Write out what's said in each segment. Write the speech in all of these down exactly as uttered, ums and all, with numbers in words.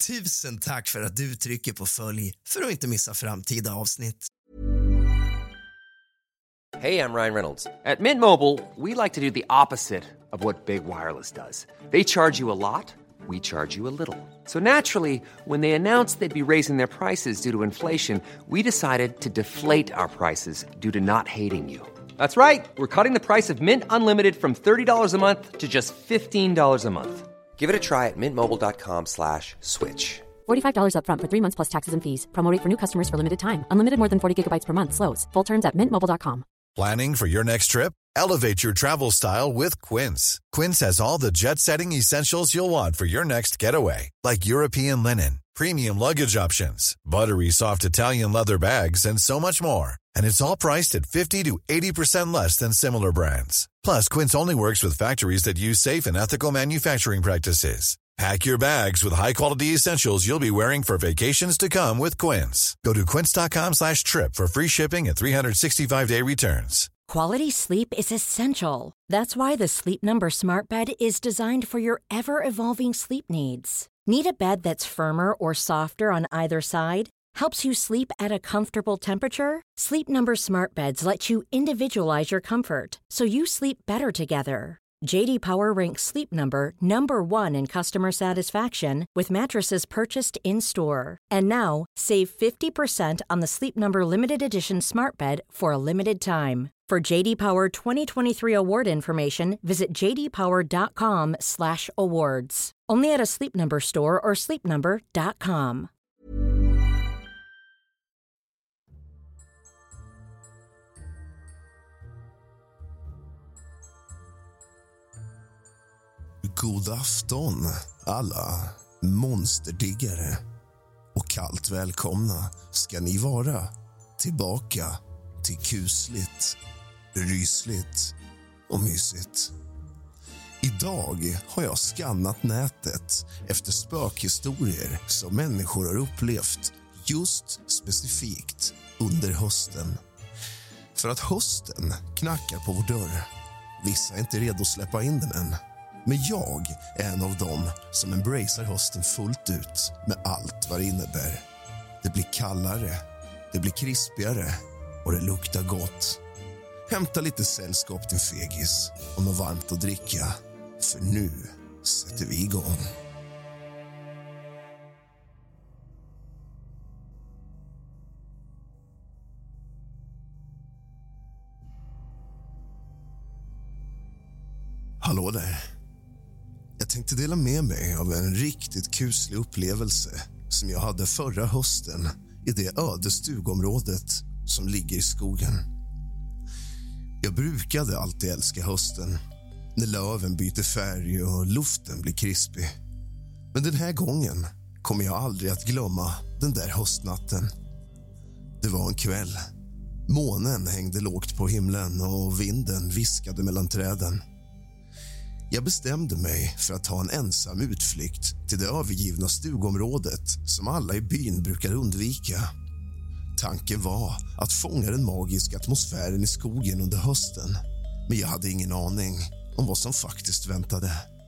Tusen tack för att du trycker på följ för att inte missa framtida avsnitt. Hey, I'm Ryan Reynolds. At Mint Mobile, we like to do the opposite of what Big Wireless does. They charge you a lot, we charge you a little. So naturally, when they announced they'd be raising their prices due to inflation, we decided to deflate our prices due to not hating you. That's right. We're cutting the price of Mint Unlimited from thirty dollars a month to just fifteen dollars a month. Give it a try at mintmobile.com slash switch. forty-five dollars up front for three months plus taxes and fees. Promo rate for new customers for limited time. Unlimited more than forty gigabytes per month. Slows full terms at mint mobile dot com. Planning for your next trip? Elevate your travel style with Quince. Quince has all the jet-setting essentials you'll want for your next getaway, like European linen, premium luggage options, buttery soft Italian leather bags, and so much more. And it's all priced at fifty to eighty percent less than similar brands. Plus, Quince only works with factories that use safe and ethical manufacturing practices. Pack your bags with high-quality essentials you'll be wearing for vacations to come with Quince. Go to quince.com slash trip for free shipping and three sixty-five day returns. Quality sleep is essential. That's why the Sleep Number Smart Bed is designed for your ever-evolving sleep needs. Need a bed that's firmer or softer on either side? Helps you sleep at a comfortable temperature? Sleep Number Smart Beds let you individualize your comfort so you sleep better together. J D Power ranks Sleep Number number one in customer satisfaction with mattresses purchased in-store. And now, save fifty percent on the Sleep Number Limited Edition Smart Bed for a limited time. For J D Power twenty twenty-three award information, visit j d power dot com slash awards. Only at a Sleep Number store or sleep number dot com. God afton alla monsterdiggare och kallt välkomna ska ni vara tillbaka till kusligt, rysligt och mysigt. Idag har jag skannat nätet efter spökhistorier som människor har upplevt just specifikt under hösten. För att hösten knackar på vår dörr. Vissa är inte redo att släppa in den än. Men jag är en av dem som embracear hösten fullt ut med allt vad det innebär. Det blir kallare, det blir krispigare och det luktar gott. Hämta lite sällskap till fegis och något varmt att dricka. För nu sätter vi igång. Hallå där. Jag tänkte dela med mig av en riktigt kuslig upplevelse som jag hade förra hösten i det öde stugområdet som ligger i skogen. Jag brukade alltid älska hösten, när löven byter färg och luften blir krispig. Men den här gången kommer jag aldrig att glömma den där höstnatten. Det var en kväll. Månen hängde lågt på himlen och vinden viskade mellan träden. Jag bestämde mig för att ta en ensam utflykt till det övergivna stugområdet som alla i byn brukar undvika. Tanken var att fånga den magiska atmosfären i skogen under hösten, men jag hade ingen aning om vad som faktiskt väntade.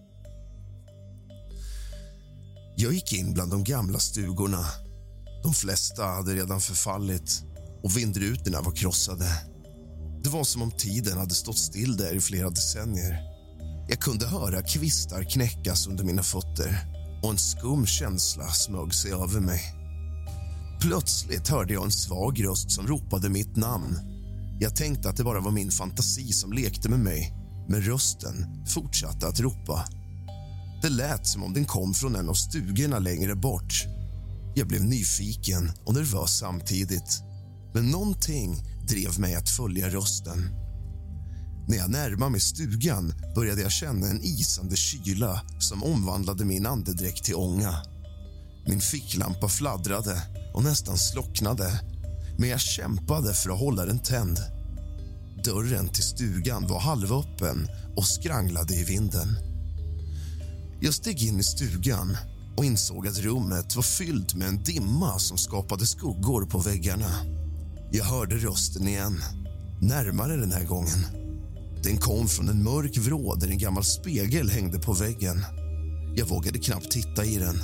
Jag gick in bland de gamla stugorna. De flesta hade redan förfallit och vindrutorna var krossade. Det var som om tiden hade stått still där i flera decennier. Jag kunde höra kvistar knäckas under mina fötter och en skum känsla smög sig över mig. Plötsligt hörde jag en svag röst som ropade mitt namn. Jag tänkte att det bara var min fantasi som lekte med mig, men rösten fortsatte att ropa. Det lät som om den kom från en av stugorna längre bort. Jag blev nyfiken och nervös samtidigt, men någonting drev mig att följa rösten. När jag närmade mig stugan började jag känna en isande kyla som omvandlade min andedräkt till ånga. Min ficklampa fladdrade och nästan slocknade, men jag kämpade för att hålla den tänd. Dörren till stugan var halvöppen och skranglade i vinden. Jag steg in i stugan och insåg att rummet var fyllt med en dimma som skapade skuggor på väggarna. Jag hörde rösten igen, närmare den här gången. Den kom från en mörk vrå där en gammal spegel hängde på väggen. Jag vågade knappt titta i den.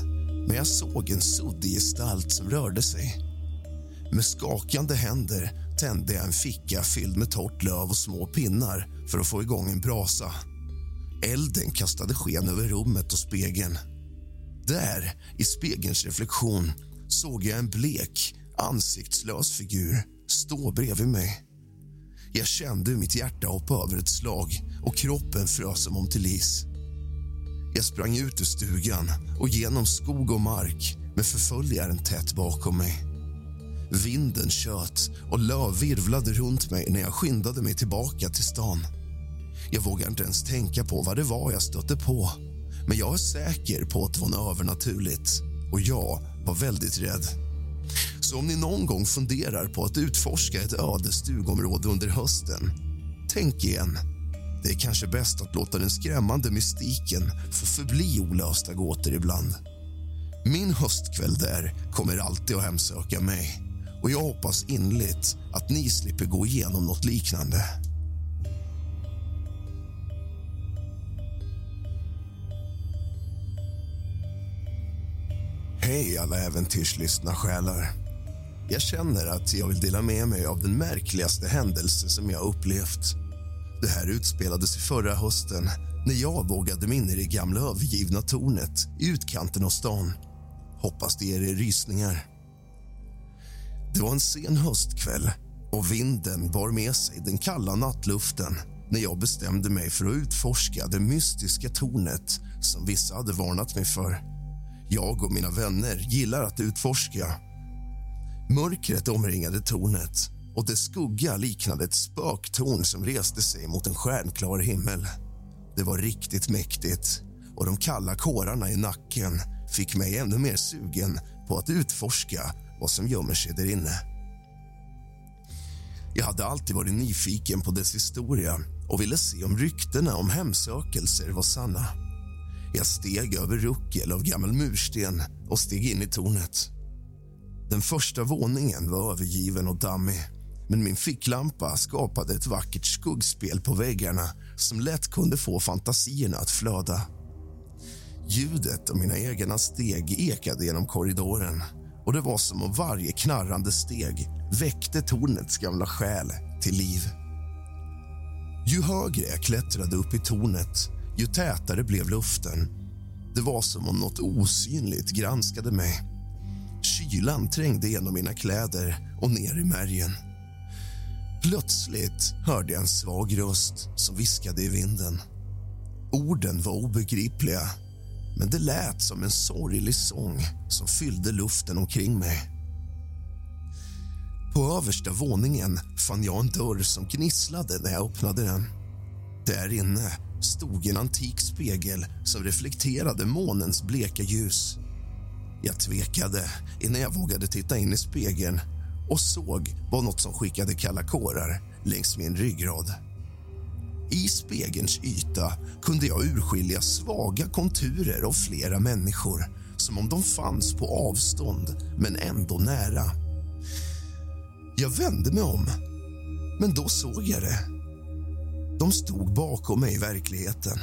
men jag såg en suddig gestalt som rörde sig. Med skakande händer tände jag en ficka fylld med torrt löv och små pinnar för att få igång en brasa. Elden kastade sken över rummet och spegeln. Där, i spegelns reflektion, såg jag en blek, ansiktslös figur stå bredvid mig. Jag kände hur mitt hjärta hoppade över ett slag och kroppen frös som om till is. Jag sprang ut ur stugan och genom skog och mark med förföljaren tätt bakom mig. Vinden tjöt och löv virvlade runt mig när jag skyndade mig tillbaka till stan. Jag vågar inte ens tänka på vad det var jag stötte på, men jag är säker på att det var något övernaturligt och jag var väldigt rädd. Så om ni någon gång funderar på att utforska ett öde stugområde under hösten, tänk igen. Det är kanske bäst att låta den skrämmande mystiken få förbli olösta gåtor ibland. Min höstkväll där kommer alltid att hemsöka mig och jag hoppas innerligt att ni slipper gå igenom något liknande. Hej alla äventyrslystna själar. Jag känner att jag vill dela med mig av den märkligaste händelse som jag upplevt. Det här utspelades i förra hösten när jag vågade mig in i det gamla övergivna tornet i utkanten av stan. Hoppas det ger er rysningar. Det var en sen höstkväll och vinden bar med sig den kalla nattluften när jag bestämde mig för att utforska det mystiska tornet som vissa hade varnat mig för. Jag och mina vänner gillar att utforska. Mörkret omringade tornet och dess skugga liknade ett spöktorn som reste sig mot en stjärnklar himmel. Det var riktigt mäktigt och de kalla kårarna i nacken fick mig ännu mer sugen på att utforska vad som gömmer sig där inne. Jag hade alltid varit nyfiken på dess historia och ville se om ryktena om hemsökelser var sanna. Jag steg över ruckel av gammal mursten och steg in i tornet. Den första våningen var övergiven och dammig, men min ficklampa skapade ett vackert skuggspel på väggarna som lätt kunde få fantasierna att flöda. Ljudet av mina egna steg ekade genom korridoren och det var som om varje knarrande steg väckte tornets gamla själ till liv. Ju högre jag klättrade upp i tornet, ju tätare blev luften. Det var som om något osynligt granskade mig. Kylan trängde genom mina kläder och ner i märgen. Plötsligt hörde jag en svag röst som viskade i vinden. Orden var obegripliga, men det lät som en sorglig sång som fyllde luften omkring mig. På översta våningen fann jag en dörr som gnisslade när jag öppnade den. Där inne stod en antik spegel som reflekterade månens bleka ljus. Jag tvekade innan jag vågade titta in i spegeln och såg var något som skickade kalla kårar längs min ryggrad. I spegelns yta kunde jag urskilja svaga konturer av flera människor som om de fanns på avstånd men ändå nära. Jag vände mig om, men då såg jag det. De stod bakom mig i verkligheten.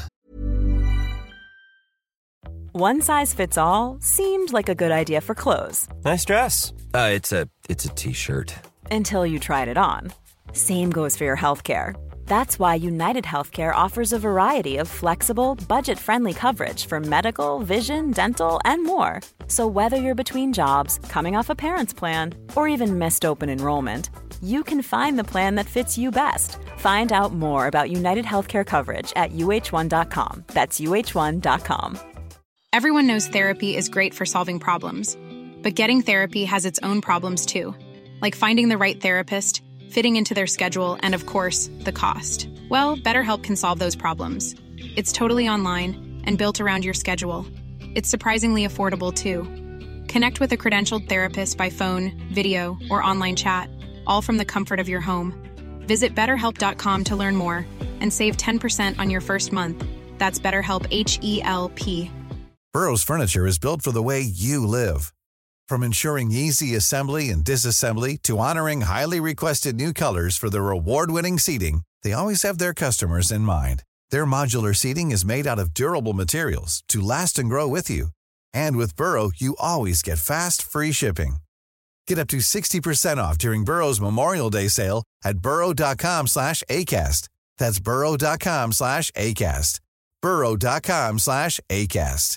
One size fits all seemed like a good idea for clothes. Nice dress. Uh, it's a it's a t-shirt. Until you tried it on. Same goes for your healthcare. That's why United Healthcare offers a variety of flexible, budget-friendly coverage for medical, vision, dental, and more. So whether you're between jobs, coming off a parent's plan, or even missed open enrollment, you can find the plan that fits you best. Find out more about United Healthcare coverage at U H one dot com. That's U H one dot com. Everyone knows therapy is great for solving problems, but getting therapy has its own problems too, like finding the right therapist, fitting into their schedule, and of course, the cost. Well, BetterHelp can solve those problems. It's totally online and built around your schedule. It's surprisingly affordable too. Connect with a credentialed therapist by phone, video, or online chat, all from the comfort of your home. Visit better help dot com to learn more and save ten percent on your first month. That's BetterHelp, H E L P. Burrow's furniture is built for the way you live. From ensuring easy assembly and disassembly to honoring highly requested new colors for their award-winning seating, they always have their customers in mind. Their modular seating is made out of durable materials to last and grow with you. And with Burrow, you always get fast, free shipping. Get up to sixty percent off during Burrow's Memorial Day sale at burrow.com slash ACAST. That's burrow.com slash ACAST. burrow.com slash ACAST.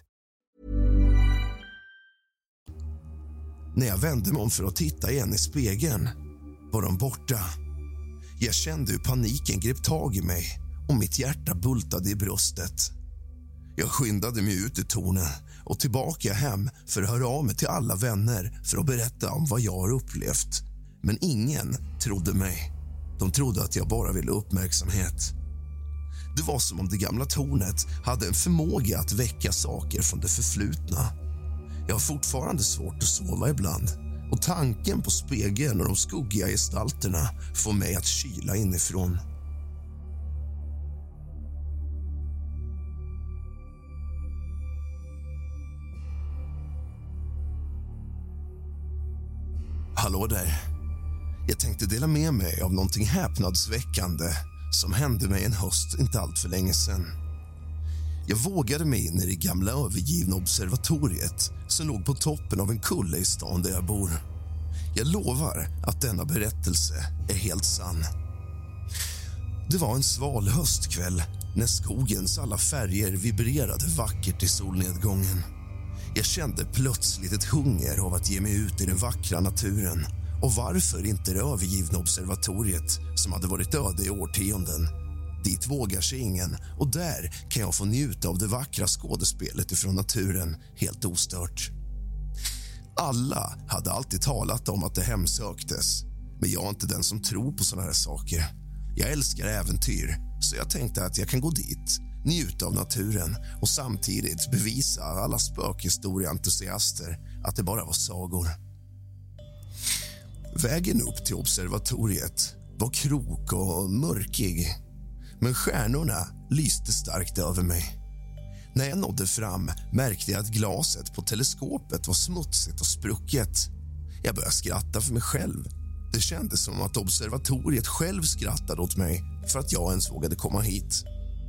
När jag vände mig om för att titta igen i spegeln var de borta. Jag kände hur paniken grep tag i mig och mitt hjärta bultade i bröstet. Jag skyndade mig ut ur tornen och tillbaka hem för att höra av mig till alla vänner för att berätta om vad jag har upplevt. Men ingen trodde mig. De trodde att jag bara ville uppmärksamhet. Det var som om det gamla tornet hade en förmåga att väcka saker från det förflutna. Jag har fortfarande svårt att sova ibland och tanken på spegeln och de skuggiga gestalterna får mig att kyla inifrån. Hallå där. Jag tänkte dela med mig av någonting häpnadsväckande som hände mig en höst inte allt för länge sedan. Jag vågade mig in i det gamla övergivna observatoriet som låg på toppen av en kulle i stan där jag bor. Jag lovar att denna berättelse är helt sann. Det var en sval höstkväll när skogens alla färger vibrerade vackert i solnedgången. Jag kände plötsligt ett hunger av att ge mig ut i den vackra naturen. Och varför inte det övergivna observatoriet som hade varit öde i årtionden? Dit vågar sig ingen och där kan jag få njuta av det vackra skådespelet ifrån naturen helt ostört. Alla hade alltid talat om att det hemsöktes, men jag är inte den som tror på såna här saker. Jag älskar äventyr, så jag tänkte att jag kan gå dit, njuta av naturen och samtidigt bevisa alla spökhistorieentusiaster att det bara var sagor. Vägen upp till observatoriet var krok och mörkig, men stjärnorna lyste starkt över mig. När jag nådde fram märkte jag att glaset på teleskopet var smutsigt och sprucket. Jag började skratta för mig själv. Det kändes som att observatoriet själv skrattade åt mig för att jag ens vågade komma hit.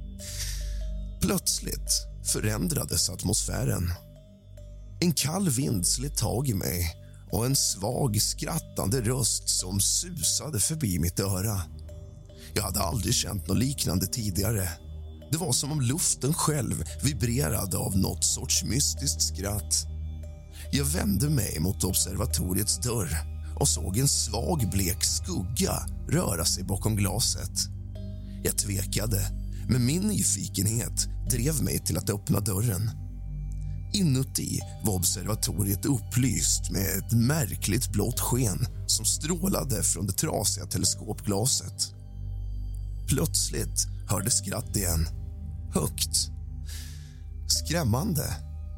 Plötsligt förändrades atmosfären. En kall vind slet tag i mig och en svag skrattande röst som susade förbi mitt öra. Jag hade aldrig känt något liknande tidigare. Det var som om luften själv vibrerade av något sorts mystiskt skratt. Jag vände mig mot observatoriets dörr och såg en svag blek skugga röra sig bakom glaset. Jag tvekade, men min nyfikenhet drev mig till att öppna dörren. Inuti var observatoriet upplyst med ett märkligt blått sken som strålade från det trasiga teleskopglaset. Plötsligt hördes skratt igen. Högt. Skrämmande.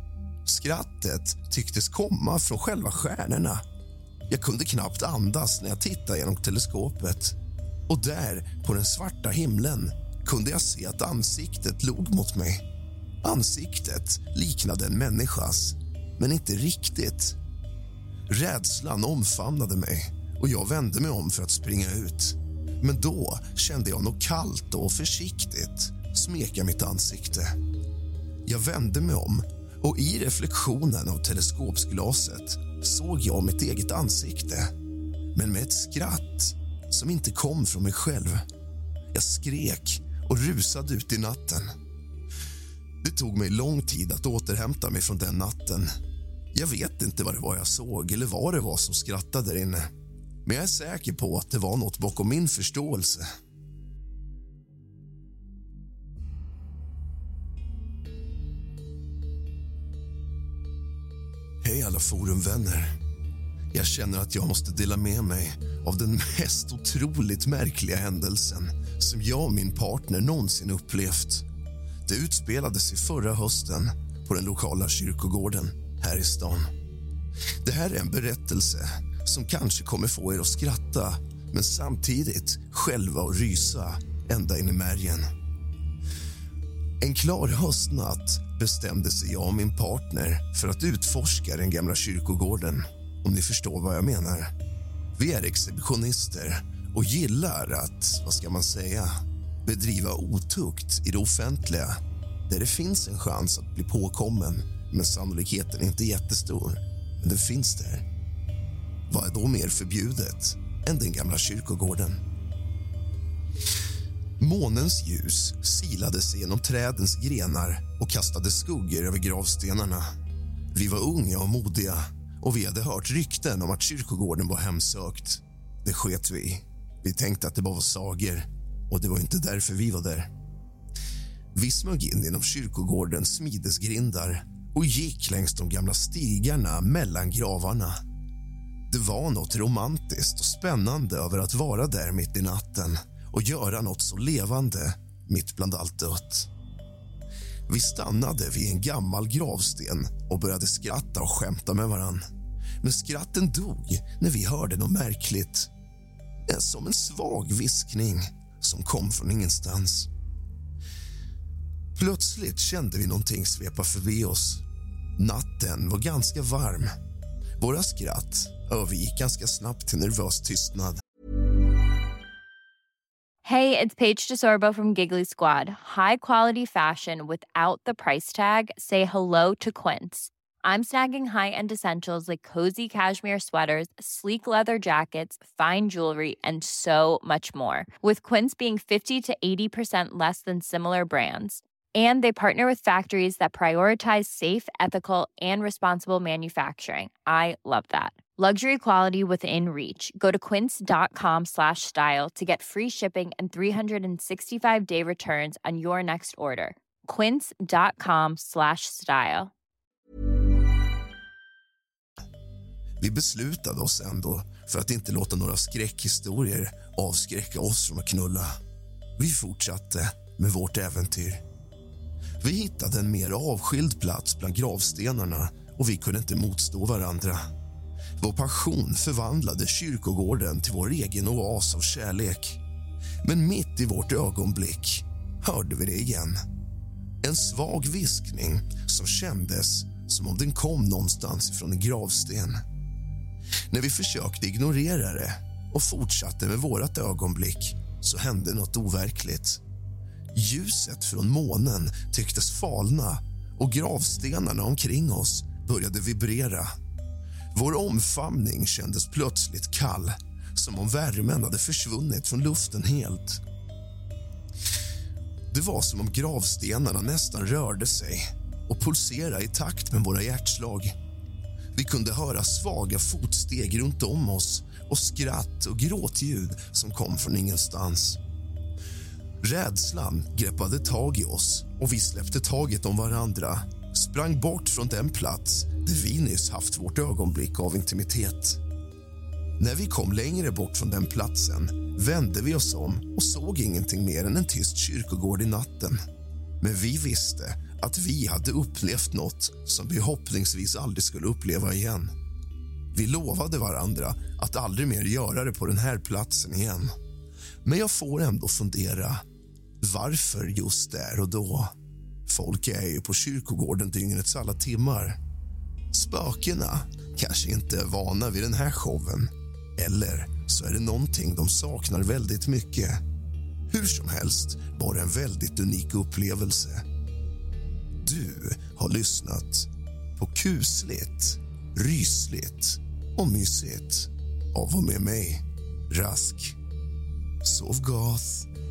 Skrattet tycktes komma från själva stjärnorna. Jag kunde knappt andas när jag tittade genom teleskopet. Och där, på den svarta himlen, kunde jag se att ansiktet log mot mig. Ansiktet liknade en människas, men inte riktigt. Rädslan omfamnade mig och jag vände mig om för att springa ut. Men då kände jag något kallt och försiktigt smeka mitt ansikte. Jag vände mig om och i reflektionen av teleskopsglaset såg jag mitt eget ansikte, men med ett skratt som inte kom från mig själv. Jag skrek och rusade ut i natten. Det tog mig lång tid att återhämta mig från den natten. Jag vet inte vad det var jag såg eller vad det var som skrattade där inne. Men jag är säker på att det var något bakom min förståelse. Hej alla forumvänner. Jag känner att jag måste dela med mig av den mest otroligt märkliga händelsen som jag och min partner någonsin upplevt. Det utspelades i förra hösten på den lokala kyrkogården här i stan. Det här är en berättelse som kanske kommer få er att skratta men samtidigt själva och rysa ända in i märgen. En klar höstnatt bestämde sig jag och min partner för att utforska den gamla kyrkogården, om ni förstår vad jag menar. Vi är exhibitionister och gillar att, vad ska man säga, bedriva otukt i det offentliga där det finns en chans att bli påkommen men sannolikheten är inte jättestor. Men den finns där. Vad är då mer förbjudet än den gamla kyrkogården? Månens ljus silade sig genom trädens grenar och kastade skuggor över gravstenarna. Vi var unga och modiga och vi hade hört rykten om att kyrkogården var hemsökt. Det sket vi. Vi tänkte att det bara var sagor och det var inte därför vi var där. Vi smög in genom kyrkogårdens smidesgrindar och gick längs de gamla stigarna mellan gravarna. Det var något romantiskt och spännande över att vara där mitt i natten och göra något så levande mitt bland allt dött. Vi stannade vid en gammal gravsten och började skratta och skämta med varann. Men skratten dog när vi hörde något märkligt. Som en svag viskning som kom från ingenstans. Plötsligt kände vi någonting svepa förbi oss. Natten var ganska varm. Våra skratt övergick ganska snabbt till nervös tystnad. Hey, it's Paige DeSorbo from Giggly Squad. High quality fashion without the price tag. Say hello to Quince. I'm snagging high-end essentials like cozy cashmere sweaters, sleek leather jackets, fine jewelry, and so much more. With Quince being fifty to eighty percent less than similar brands. And they partner with factories that prioritize safe, ethical, and responsible manufacturing. I love that. Luxury quality within reach. Go to quince.com slash style to get free shipping and three sixty-five day returns on your next order. Quince.com slash style. Vi beslutade oss ändå för att inte låta några skräckhistorier avskräcka oss från att knulla. Vi fortsatte med vårt äventyr. Vi hittade en mer avskild plats bland gravstenarna och vi kunde inte motstå varandra. Vår passion förvandlade kyrkogården till vår egen oas av kärlek. Men mitt i vårt ögonblick hörde vi det igen. En svag viskning som kändes som om den kom någonstans ifrån en gravsten. När vi försökte ignorera det och fortsatte med vårt ögonblick så hände något overkligt. Ljuset från månen tycktes falna och gravstenarna omkring oss började vibrera. Vår omfamning kändes plötsligt kall, som om värmen hade försvunnit från luften helt. Det var som om gravstenarna nästan rörde sig och pulserade i takt med våra hjärtslag. Vi kunde höra svaga fotsteg runt om oss och skratt och gråtljud som kom från ingenstans. Rädslan greppade tag i oss och vi släppte taget om varandra, sprang bort från den plats där vi nyss haft vårt ögonblick av intimitet. När vi kom längre bort från den platsen vände vi oss om och såg ingenting mer än en tyst kyrkogård i natten. Men vi visste att vi hade upplevt något som vi förhoppningsvis aldrig skulle uppleva igen. Vi lovade varandra att aldrig mer göra det på den här platsen igen. Men jag får ändå fundera, varför just där och då? Folk är ju på kyrkogården dygnets alla timmar. Spökena kanske inte är vana vid den här showen. Eller så är det någonting de saknar väldigt mycket. Hur som helst var det en väldigt unik upplevelse. Du har lyssnat på Kusligt, Rysligt och Mysigt av och med mig, Rask. Sov gott.